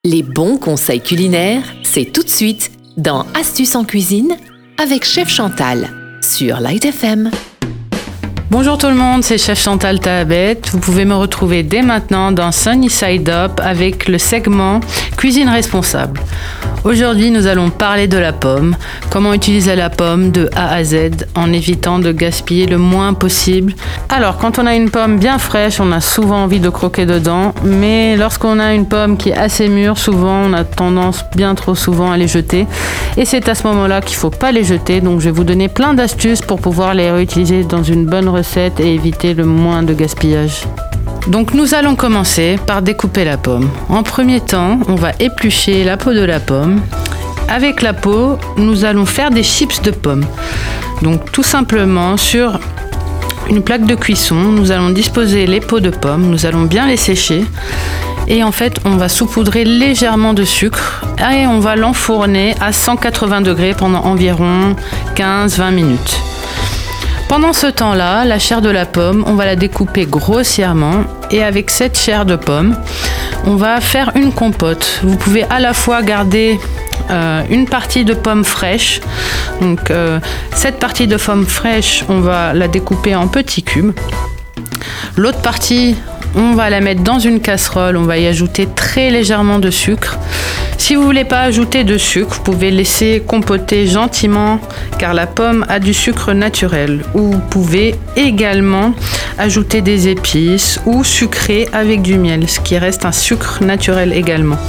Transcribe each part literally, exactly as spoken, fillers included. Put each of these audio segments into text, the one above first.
Les bons conseils culinaires, c'est tout de suite dans Astuces en cuisine avec Chef Chantal sur Light F M. Bonjour tout le monde, c'est Chef Chantal Tahabet. Vous pouvez me retrouver dès maintenant dans Sunny Side Up avec le segment Cuisine responsable. Aujourd'hui, nous allons parler de la pomme, comment utiliser la pomme de A à Z en évitant de gaspiller le moins possible. Alors, quand on a une pomme bien fraîche, on a souvent envie de croquer dedans, mais lorsqu'on a une pomme qui est assez mûre, souvent on a tendance bien trop souvent à les jeter. Et c'est à ce moment-là qu'il ne faut pas les jeter, donc je vais vous donner plein d'astuces pour pouvoir les réutiliser dans une bonne recette et éviter le moins de gaspillage. Donc nous allons commencer par découper la pomme. En premier temps, on va éplucher la peau de la pomme. Avec la peau, nous allons faire des chips de pommes. Donc tout simplement sur une plaque de cuisson, nous allons disposer les peaux de pommes, nous allons bien les sécher. Et en fait, on va saupoudrer légèrement de sucre et on va l'enfourner à cent quatre-vingts degrés pendant environ quinze à vingt minutes. Pendant ce temps-là, la chair de la pomme, on va la découper grossièrement et avec cette chair de pomme, on va faire une compote. Vous pouvez à la fois garder euh, une partie de pomme fraîche. Donc euh, cette partie de pomme fraîche, on va la découper en petits cubes. L'autre partie, on va la mettre dans une casserole, on va y ajouter très légèrement de sucre. Si vous ne voulez pas ajouter de sucre, vous pouvez laisser compoter gentiment car la pomme a du sucre naturel. Ou vous pouvez également ajouter des épices ou sucrer avec du miel, ce qui reste un sucre naturel également.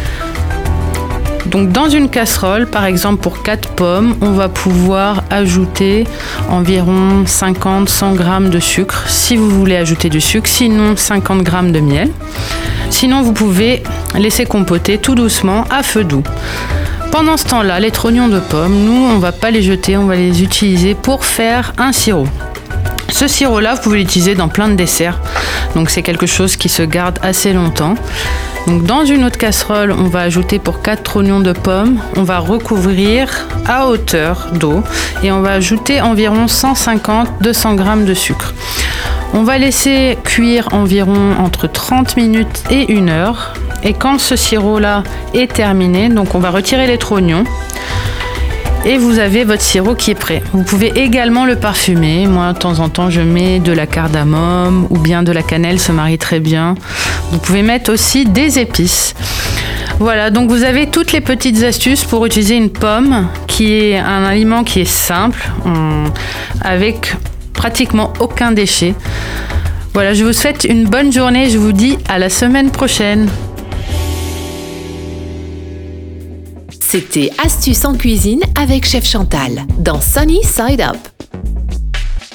Donc dans une casserole, par exemple pour quatre pommes, on va pouvoir ajouter environ cinquante à cent grammes de sucre si vous voulez ajouter du sucre, sinon cinquante grammes de miel. Sinon vous pouvez laisser compoter tout doucement à feu doux. Pendant ce temps-là, les trognons de pommes, nous on ne va pas les jeter, on va les utiliser pour faire un sirop. Ce sirop-là, vous pouvez l'utiliser dans plein de desserts, donc c'est quelque chose qui se garde assez longtemps. Donc dans une autre casserole, on va ajouter pour quatre trognons de pommes, on va recouvrir à hauteur d'eau et on va ajouter environ cent cinquante à deux cents grammes de sucre. On va laisser cuire environ entre trente minutes et une heure. Et quand ce sirop-là est terminé, donc on va retirer les trognons et vous avez votre sirop qui est prêt. Vous pouvez également le parfumer. Moi, de temps en temps, je mets de la cardamome ou bien de la cannelle, ça marie très bien. Vous pouvez mettre aussi des épices. Voilà, donc vous avez toutes les petites astuces pour utiliser une pomme qui est un aliment qui est simple, avec pratiquement aucun déchet. Voilà, je vous souhaite une bonne journée. Je vous dis à la semaine prochaine. C'était Astuces en cuisine avec Chef Chantal dans Sunny Side Up.